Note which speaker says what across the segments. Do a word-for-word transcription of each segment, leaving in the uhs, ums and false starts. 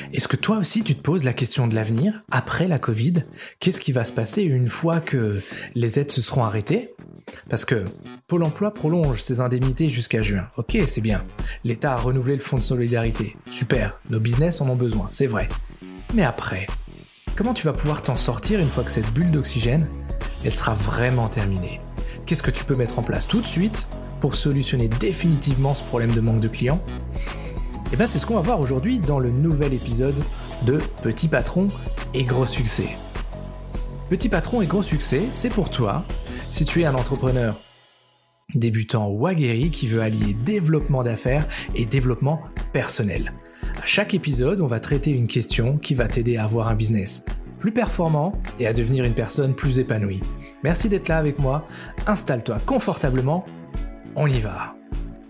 Speaker 1: Est-ce que toi aussi tu te poses la question de l'avenir après la Covid ? Qu'est-ce qui va se passer une fois que les aides se seront arrêtées ? Parce que Pôle emploi prolonge ses indemnités jusqu'à juin. Ok, c'est bien. L'État a renouvelé le fonds de solidarité. Super, nos business en ont besoin, c'est vrai. Mais après, comment tu vas pouvoir t'en sortir une fois que cette bulle d'oxygène, elle sera vraiment terminée ? Qu'est-ce que tu peux mettre en place tout de suite pour solutionner définitivement ce problème de manque de clients ? Et bien c'est ce qu'on va voir aujourd'hui dans le nouvel épisode de Petit Patron et Gros Succès. Petit Patron et Gros Succès, c'est pour toi si tu es un entrepreneur débutant ou aguerri qui veut allier développement d'affaires et développement personnel. À chaque épisode, on va traiter une question qui va t'aider à avoir un business plus performant et à devenir une personne plus épanouie. Merci d'être là avec moi, installe-toi confortablement, on y va.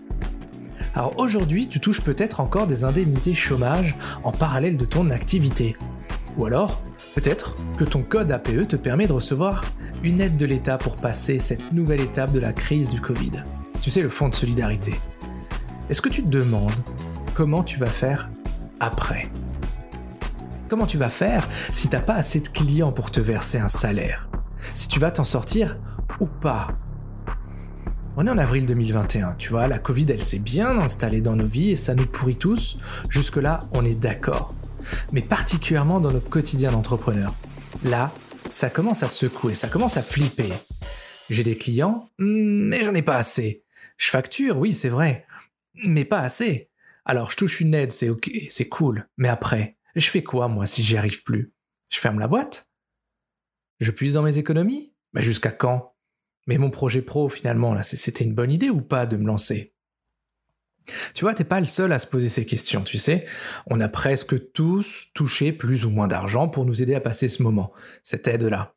Speaker 1: Alors aujourd'hui, tu touches peut-être encore des indemnités chômage en parallèle de ton activité. Ou alors, peut-être que ton code A P E te permet de recevoir une aide de l'État pour passer cette nouvelle étape de la crise du Covid. Tu sais, le fonds de solidarité. Est-ce que tu te demandes comment tu vas faire après ? Comment tu vas faire si t'as pas assez de clients pour te verser un salaire ? Si tu vas t'en sortir ou pas ? On est en avril deux mille vingt et un, tu vois, la Covid elle s'est bien installée dans nos vies et ça nous pourrit tous. Jusque-là, on est d'accord. Mais particulièrement dans notre quotidien d'entrepreneur. Là, ça commence à secouer, ça commence à flipper. J'ai des clients, mais j'en ai pas assez. Je facture, oui, c'est vrai, mais pas assez. Alors, je touche une aide, c'est ok, c'est cool. Mais après, je fais quoi, moi, si j'y arrive plus ? Je ferme la boîte ? Je puise dans mes économies ? Ben, jusqu'à quand ? Mais mon projet pro, finalement, là, c'était une bonne idée ou pas de me lancer ? Tu vois, t'es pas le seul à se poser ces questions, tu sais. On a presque tous touché plus ou moins d'argent pour nous aider à passer ce moment, cette aide-là.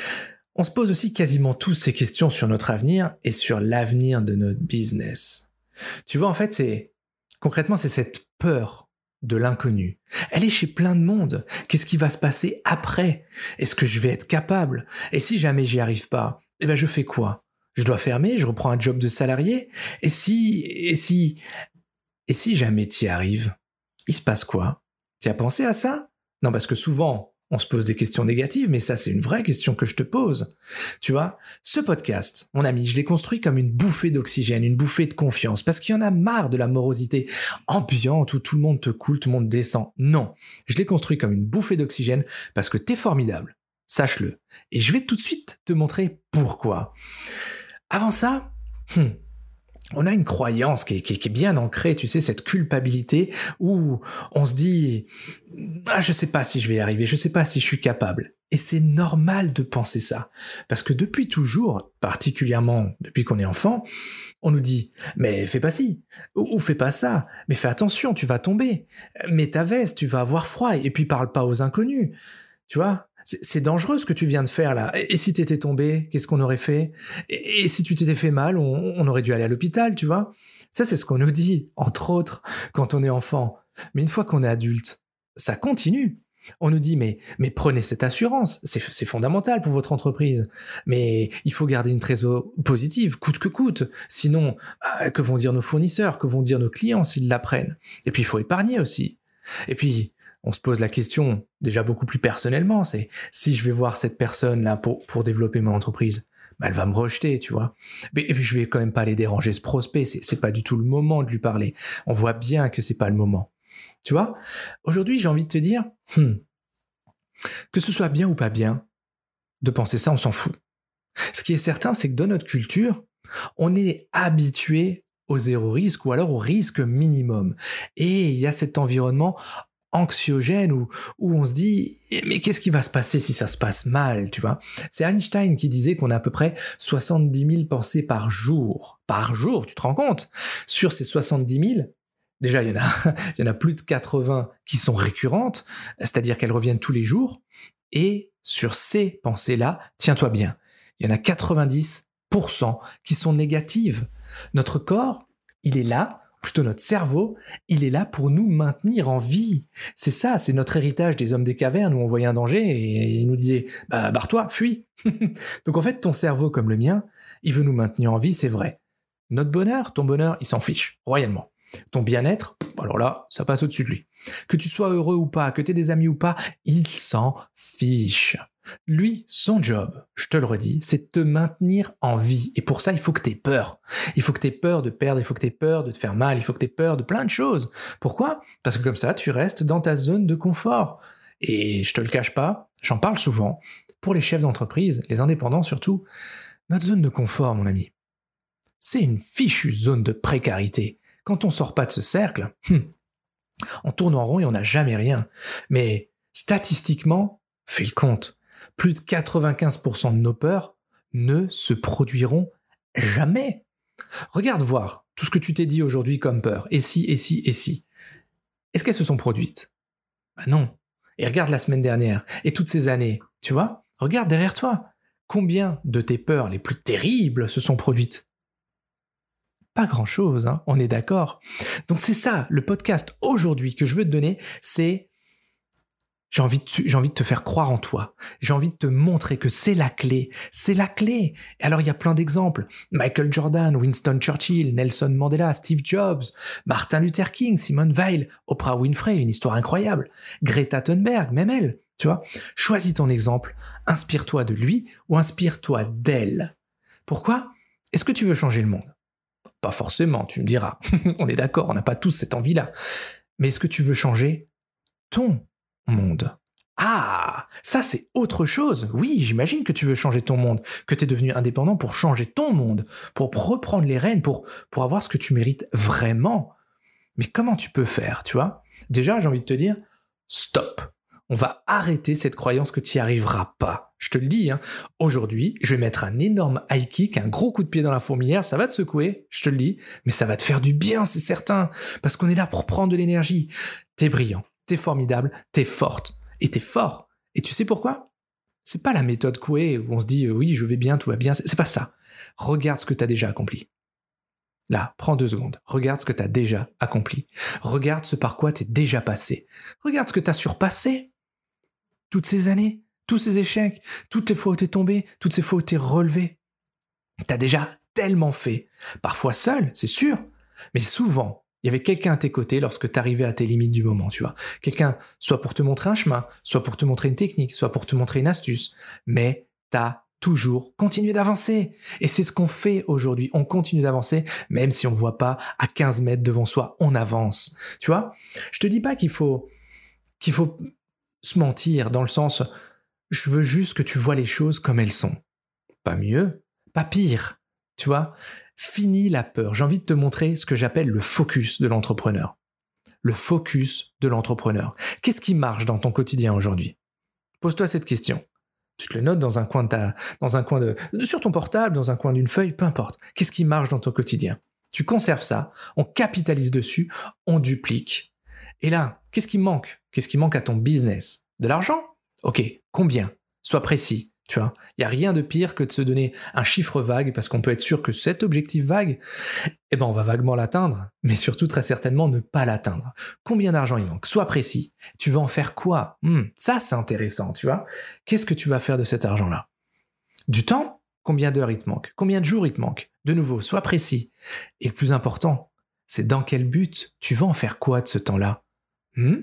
Speaker 1: On se pose aussi quasiment tous ces questions sur notre avenir et sur l'avenir de notre business. Tu vois, en fait, c'est concrètement, c'est cette peur de l'inconnu. Elle est chez plein de monde. Qu'est-ce qui va se passer après ? Est-ce que je vais être capable ? Et si jamais j'y arrive pas, eh ben je fais quoi ? Je dois fermer, je reprends un job de salarié. Et si, et si, et si jamais t'y arrives, il se passe quoi ? T'y as pensé à ça ? Non, parce que souvent, on se pose des questions négatives, mais ça, c'est une vraie question que je te pose. Tu vois, ce podcast, mon ami, je l'ai construit comme une bouffée d'oxygène, une bouffée de confiance, parce qu'il y en a marre de la morosité ambiante où tout le monde te coule, tout le monde descend. Non, je l'ai construit comme une bouffée d'oxygène parce que t'es formidable. Sache-le. Et je vais tout de suite te montrer pourquoi. Avant ça, hmm, on a une croyance qui est, qui, est, qui est bien ancrée, tu sais, cette culpabilité où on se dit « Ah, je sais pas si je vais y arriver, je sais pas si je suis capable ». Et c'est normal de penser ça. Parce que depuis toujours, particulièrement depuis qu'on est enfant, on nous dit « Mais fais pas ci, ou, ou fais pas ça, mais fais attention, tu vas tomber, mets ta veste, tu vas avoir froid, et puis parle pas aux inconnus ». Tu vois ? C'est, c'est dangereux ce que tu viens de faire là. Et si t'étais tombé, qu'est-ce qu'on aurait fait ? et, et si tu t'étais fait mal, on, on aurait dû aller à l'hôpital, tu vois ? Ça, c'est ce qu'on nous dit, entre autres, quand on est enfant. Mais une fois qu'on est adulte, ça continue. On nous dit, mais, mais prenez cette assurance, c'est, c'est fondamental pour votre entreprise. Mais il faut garder une trésorerie positive, coûte que coûte. Sinon, ah, que vont dire nos fournisseurs ? Que vont dire nos clients s'ils la prennent ? Et puis, il faut épargner aussi. Et puis, on se pose la question, déjà beaucoup plus personnellement, c'est si je vais voir cette personne-là pour, pour développer mon entreprise, bah elle va me rejeter, tu vois. Mais, et puis je vais quand même pas aller déranger ce prospect, c'est, c'est pas du tout le moment de lui parler. On voit bien que c'est pas le moment. Tu vois ? Aujourd'hui, j'ai envie de te dire, hmm, que ce soit bien ou pas bien, de penser ça, on s'en fout. Ce qui est certain, c'est que dans notre culture, on est habitué au zéro risque ou alors au risque minimum. Et il y a cet environnement anxiogène où, où on se dit mais qu'est-ce qui va se passer si ça se passe mal, tu vois ? C'est Einstein qui disait qu'on a à peu près soixante-dix mille pensées par jour. Par jour, tu te rends compte ? Sur ces soixante-dix mille, déjà il y en a, il y en a plus de quatre-vingts qui sont récurrentes, c'est-à-dire qu'elles reviennent tous les jours. Et sur ces pensées-là, tiens-toi bien, il y en a quatre-vingt-dix pour cent qui sont négatives. Notre corps, il est là, plutôt notre cerveau, il est là pour nous maintenir en vie. C'est ça, c'est notre héritage des hommes des cavernes où on voyait un danger et il nous disait « bah barre-toi, fuis ». Donc en fait, ton cerveau comme le mien, il veut nous maintenir en vie, c'est vrai. Notre bonheur, ton bonheur, il s'en fiche, royalement. Ton bien-être, alors là, ça passe au-dessus de lui. Que tu sois heureux ou pas, que tu aies des amis ou pas, il s'en fiche. Lui, son job, je te le redis, c'est de te maintenir en vie. Et pour ça, il faut que tu aies peur. Il faut que tu aies peur de perdre, il faut que tu aies peur de te faire mal, il faut que tu aies peur de plein de choses. Pourquoi ? Parce que comme ça, tu restes dans ta zone de confort. Et je te le cache pas, j'en parle souvent, pour les chefs d'entreprise, les indépendants surtout, notre zone de confort, mon ami, c'est une fichue zone de précarité. Quand on sort pas de ce cercle, hum, on tourne en rond et on n'a jamais rien. Mais statistiquement, fais le compte, plus de quatre-vingt-quinze pour cent de nos peurs ne se produiront jamais. Regarde voir tout ce que tu t'es dit aujourd'hui comme peur. Et si, et si, et si. Est-ce qu'elles se sont produites ? Bah non. Et regarde la semaine dernière, et toutes ces années, tu vois ? Regarde derrière toi. Combien de tes peurs les plus terribles se sont produites ? Pas grand-chose, hein, on est d'accord. Donc c'est ça, le podcast aujourd'hui que je veux te donner, c'est j'ai envie, de, j'ai envie de te faire croire en toi. J'ai envie de te montrer que c'est la clé. C'est la clé. Et alors, il y a plein d'exemples. Michael Jordan, Winston Churchill, Nelson Mandela, Steve Jobs, Martin Luther King, Simone Weil, Oprah Winfrey, une histoire incroyable. Greta Thunberg, même elle, tu vois. Choisis ton exemple. Inspire-toi de lui ou inspire-toi d'elle. Pourquoi ? Est-ce que tu veux changer le monde ? Pas forcément, tu me diras. On est d'accord, on n'a pas tous cette envie-là. Mais est-ce que tu veux changer ton monde ? Ah, ça c'est autre chose. Oui, j'imagine que tu veux changer ton monde, que tu es devenu indépendant pour changer ton monde, pour reprendre les rênes, pour, pour avoir ce que tu mérites vraiment. Mais comment tu peux faire, tu vois ? Déjà, j'ai envie de te dire, stop. On va arrêter cette croyance que tu n'y arriveras pas. Je te le dis, hein. Aujourd'hui, je vais mettre un énorme high kick, un gros coup de pied dans la fourmilière, ça va te secouer, je te le dis, mais ça va te faire du bien, c'est certain, parce qu'on est là pour prendre de l'énergie. T'es brillant, t'es formidable, t'es forte, et t'es fort. Et tu sais pourquoi ? C'est pas la méthode Coué où on se dit euh, oui, je vais bien, tout va bien, c'est, c'est pas ça. Regarde ce que t'as déjà accompli. Là, prends deux secondes. Regarde ce que t'as déjà accompli. Regarde ce par quoi t'es déjà passé. Regarde ce que t'as surpassé. Toutes ces années, tous ces échecs, toutes les fois où t'es tombé, toutes ces fois où t'es relevé. T'as déjà tellement fait. Parfois seul, c'est sûr. Mais souvent, il y avait quelqu'un à tes côtés lorsque t'arrivais à tes limites du moment, tu vois. Quelqu'un, soit pour te montrer un chemin, soit pour te montrer une technique, soit pour te montrer une astuce. Mais t'as toujours continué d'avancer. Et c'est ce qu'on fait aujourd'hui. On continue d'avancer, même si on ne voit pas à quinze mètres devant soi, on avance. Tu vois ? Je te dis pas qu'il faut, qu'il faut se mentir dans le sens, je veux juste que tu vois les choses comme elles sont. Pas mieux, pas pire. Tu vois ? Finis la peur. J'ai envie de te montrer ce que j'appelle le focus de l'entrepreneur. Le focus de l'entrepreneur. Qu'est-ce qui marche dans ton quotidien aujourd'hui ? Pose-toi cette question. Tu te le notes dans un coin de ta, dans un coin de, sur ton portable, dans un coin d'une feuille, peu importe. Qu'est-ce qui marche dans ton quotidien ? Tu conserves ça, on capitalise dessus, on duplique. Et là, qu'est-ce qui manque ? Qu'est-ce qui manque à ton business ? De l'argent ? Ok, combien ? Sois précis, tu vois. Il n'y a rien de pire que de se donner un chiffre vague parce qu'on peut être sûr que cet objectif vague, eh ben on va vaguement l'atteindre, mais surtout très certainement ne pas l'atteindre. Combien d'argent il manque ? Sois précis. Tu vas en faire quoi ? hmm, Ça, c'est intéressant, tu vois. Qu'est-ce que tu vas faire de cet argent-là ? Du temps ? Combien d'heures il te manque ? Combien de jours il te manque ? De nouveau, sois précis. Et le plus important, c'est dans quel but tu vas en faire quoi de ce temps-là ? hmm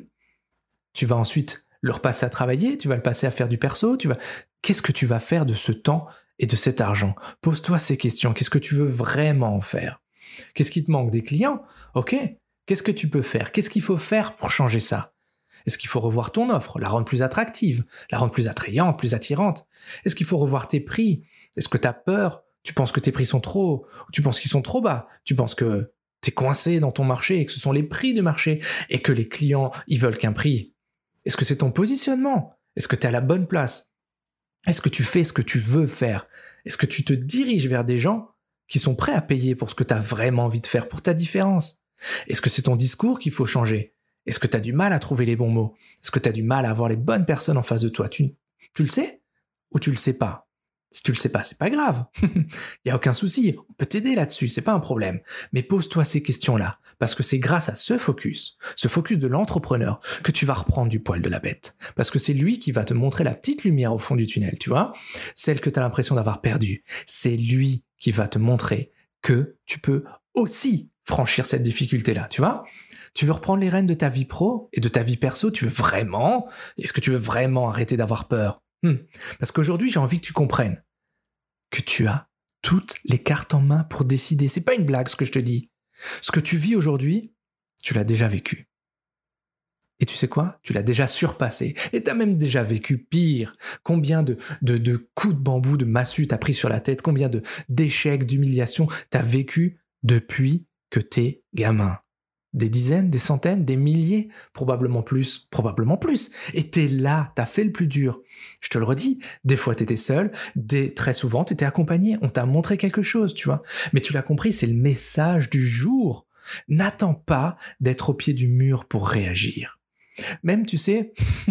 Speaker 1: Tu vas ensuite le repasser à travailler, tu vas le passer à faire du perso, tu vas... Qu'est-ce que tu vas faire de ce temps et de cet argent ? Pose-toi ces questions. Qu'est-ce que tu veux vraiment en faire ? Qu'est-ce qui te manque ? Des clients ? Ok. Qu'est-ce que tu peux faire ? Qu'est-ce qu'il faut faire pour changer ça ? Est-ce qu'il faut revoir ton offre, la rendre plus attractive, la rendre plus attrayante, plus attirante ? Est-ce qu'il faut revoir tes prix ? Est-ce que tu as peur ? Tu penses que tes prix sont trop hauts ? Tu penses qu'ils sont trop bas ? Tu penses que tu es coincé dans ton marché et que ce sont les prix de marché et que les clients, ils veulent qu'un prix ? Est-ce que c'est ton positionnement ? Est-ce que tu es à la bonne place ? Est-ce que tu fais ce que tu veux faire ? Est-ce que tu te diriges vers des gens qui sont prêts à payer pour ce que tu as vraiment envie de faire, pour ta différence ? Est-ce que c'est ton discours qu'il faut changer ? Est-ce que tu as du mal à trouver les bons mots ? Est-ce que tu as du mal à avoir les bonnes personnes en face de toi ? Tu, tu le sais ou tu le sais pas ? Si tu le sais pas, c'est pas grave. Il y a aucun souci. On peut t'aider là-dessus, c'est pas un problème. Mais pose-toi ces questions-là, parce que c'est grâce à ce focus, ce focus de l'entrepreneur, que tu vas reprendre du poil de la bête. Parce que c'est lui qui va te montrer la petite lumière au fond du tunnel, tu vois ? Celle que tu as l'impression d'avoir perdue. C'est lui qui va te montrer que tu peux aussi franchir cette difficulté-là, tu vois ? Tu veux reprendre les rênes de ta vie pro et de ta vie perso ? Tu veux vraiment ? Est-ce que tu veux vraiment arrêter d'avoir peur ? hmm. Parce qu'aujourd'hui, j'ai envie que tu comprennes que tu as toutes les cartes en main pour décider. C'est pas une blague ce que je te dis. Ce que tu vis aujourd'hui, tu l'as déjà vécu. Et tu sais quoi ? Tu l'as déjà surpassé. Et t'as même déjà vécu pire. Combien de, de, de coups de bambou, de massue t'as pris sur la tête ? Combien de, d'échecs, d'humiliations t'as vécu depuis que t'es gamin ? Des dizaines, des centaines, des milliers, probablement plus, probablement plus. Et t'es là, t'as fait le plus dur. Je te le redis, des fois t'étais seul, des, très souvent t'étais accompagné, on t'a montré quelque chose, tu vois. Mais tu l'as compris, c'est le message du jour. N'attends pas d'être au pied du mur pour réagir. Même, tu sais,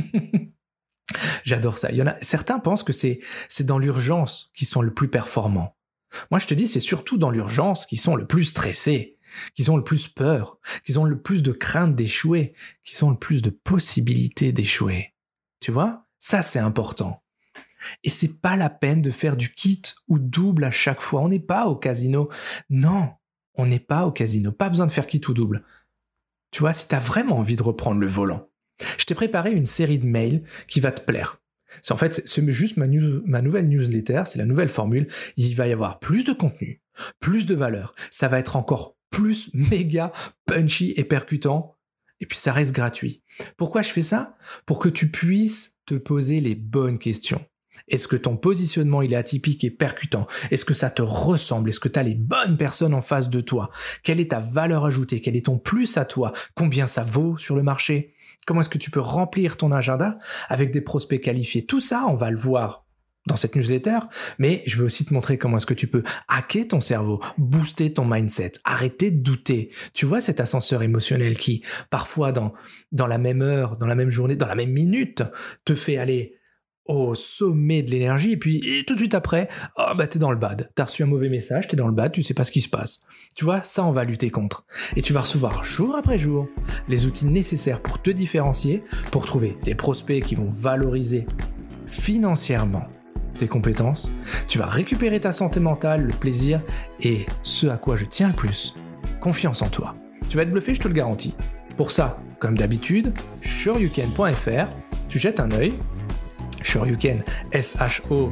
Speaker 1: j'adore ça. Il y en a, certains pensent que c'est, c'est dans l'urgence qu'ils sont le plus performants. Moi, je te dis, c'est surtout dans l'urgence qu'ils sont le plus stressés, qu'ils ont le plus peur, qu'ils ont le plus de crainte d'échouer, qu'ils ont le plus de possibilités d'échouer. Tu vois ? Ça, c'est important. Et c'est pas la peine de faire du kit ou double à chaque fois. On n'est pas au casino. Non, on n'est pas au casino. Pas besoin de faire kit ou double. Tu vois, si t'as vraiment envie de reprendre le volant, je t'ai préparé une série de mails qui va te plaire. C'est en fait, c'est, c'est juste ma, news, ma nouvelle newsletter, c'est la nouvelle formule. Il va y avoir plus de contenu, plus de valeur. Ça va être encore plus méga punchy et percutant. Et puis ça reste gratuit. Pourquoi je fais ça ? Pour que tu puisses te poser les bonnes questions. Est-ce que ton positionnement il est atypique et percutant ? Est-ce que ça te ressemble ? Est-ce que tu as les bonnes personnes en face de toi ? Quelle est ta valeur ajoutée ? Quel est ton plus à toi ? Combien ça vaut sur le marché ? Comment est-ce que tu peux remplir ton agenda avec des prospects qualifiés ? Tout ça, on va le voir dans cette newsletter, mais je vais aussi te montrer comment est-ce que tu peux hacker ton cerveau, booster ton mindset, arrêter de douter. Tu vois cet ascenseur émotionnel qui, parfois dans, dans la même heure, dans la même journée, dans la même minute, te fait aller au sommet de l'énergie, et puis et tout de suite après, oh bah t'es dans le bad. T'as reçu un mauvais message, t'es dans le bad, tu sais pas ce qui se passe. Tu vois, ça on va lutter contre. Et tu vas recevoir jour après jour les outils nécessaires pour te différencier, pour trouver des prospects qui vont valoriser financièrement tes compétences. Tu vas récupérer ta santé mentale, le plaisir, et ce à quoi je tiens le plus, confiance en toi. Tu vas être bluffé, je te le garantis. Pour ça, comme d'habitude, shoryuken point f r, tu jettes un œil. Shoryuken, S H O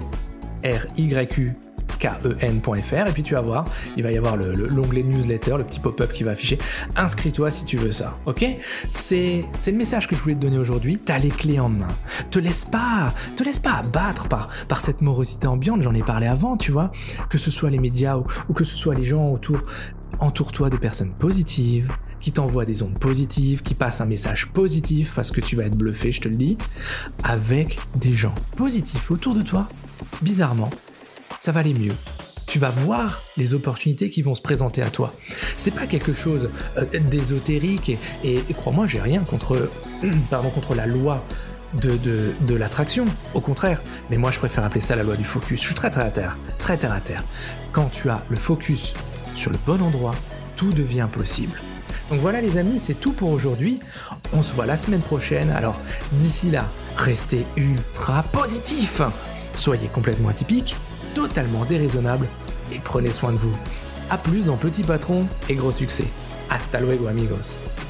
Speaker 1: R Y U K E N point f r, et puis tu vas voir, il va y avoir le, le, l'onglet newsletter, le petit pop-up qui va afficher. Inscris-toi si tu veux ça, ok ? C'est, c'est le message que je voulais te donner aujourd'hui. T'as les clés en main. Te laisse pas, te laisse pas abattre par, par cette morosité ambiante. J'en ai parlé avant, tu vois. Que ce soit les médias ou, ou que ce soit les gens autour. Entoure-toi de personnes positives, qui t'envoient des ondes positives, qui passent un message positif, parce que tu vas être bluffé, je te le dis, avec des gens positifs autour de toi. Bizarrement, ça va aller mieux. Tu vas voir les opportunités qui vont se présenter à toi. C'est pas quelque chose euh, d'ésotérique, et, et, et crois-moi, j'ai rien contre, euh, pardon, contre la loi de, de, de l'attraction, au contraire. Mais moi, je préfère appeler ça la loi du focus. Je suis très terre à terre, très terre à terre. Quand tu as le focus sur le bon endroit, tout devient possible. Donc voilà les amis, c'est tout pour aujourd'hui. On se voit la semaine prochaine. Alors d'ici là, restez ultra positifs. Soyez complètement atypiques, totalement déraisonnables et prenez soin de vous. A plus dans Petit Patron et gros succès. Hasta luego amigos.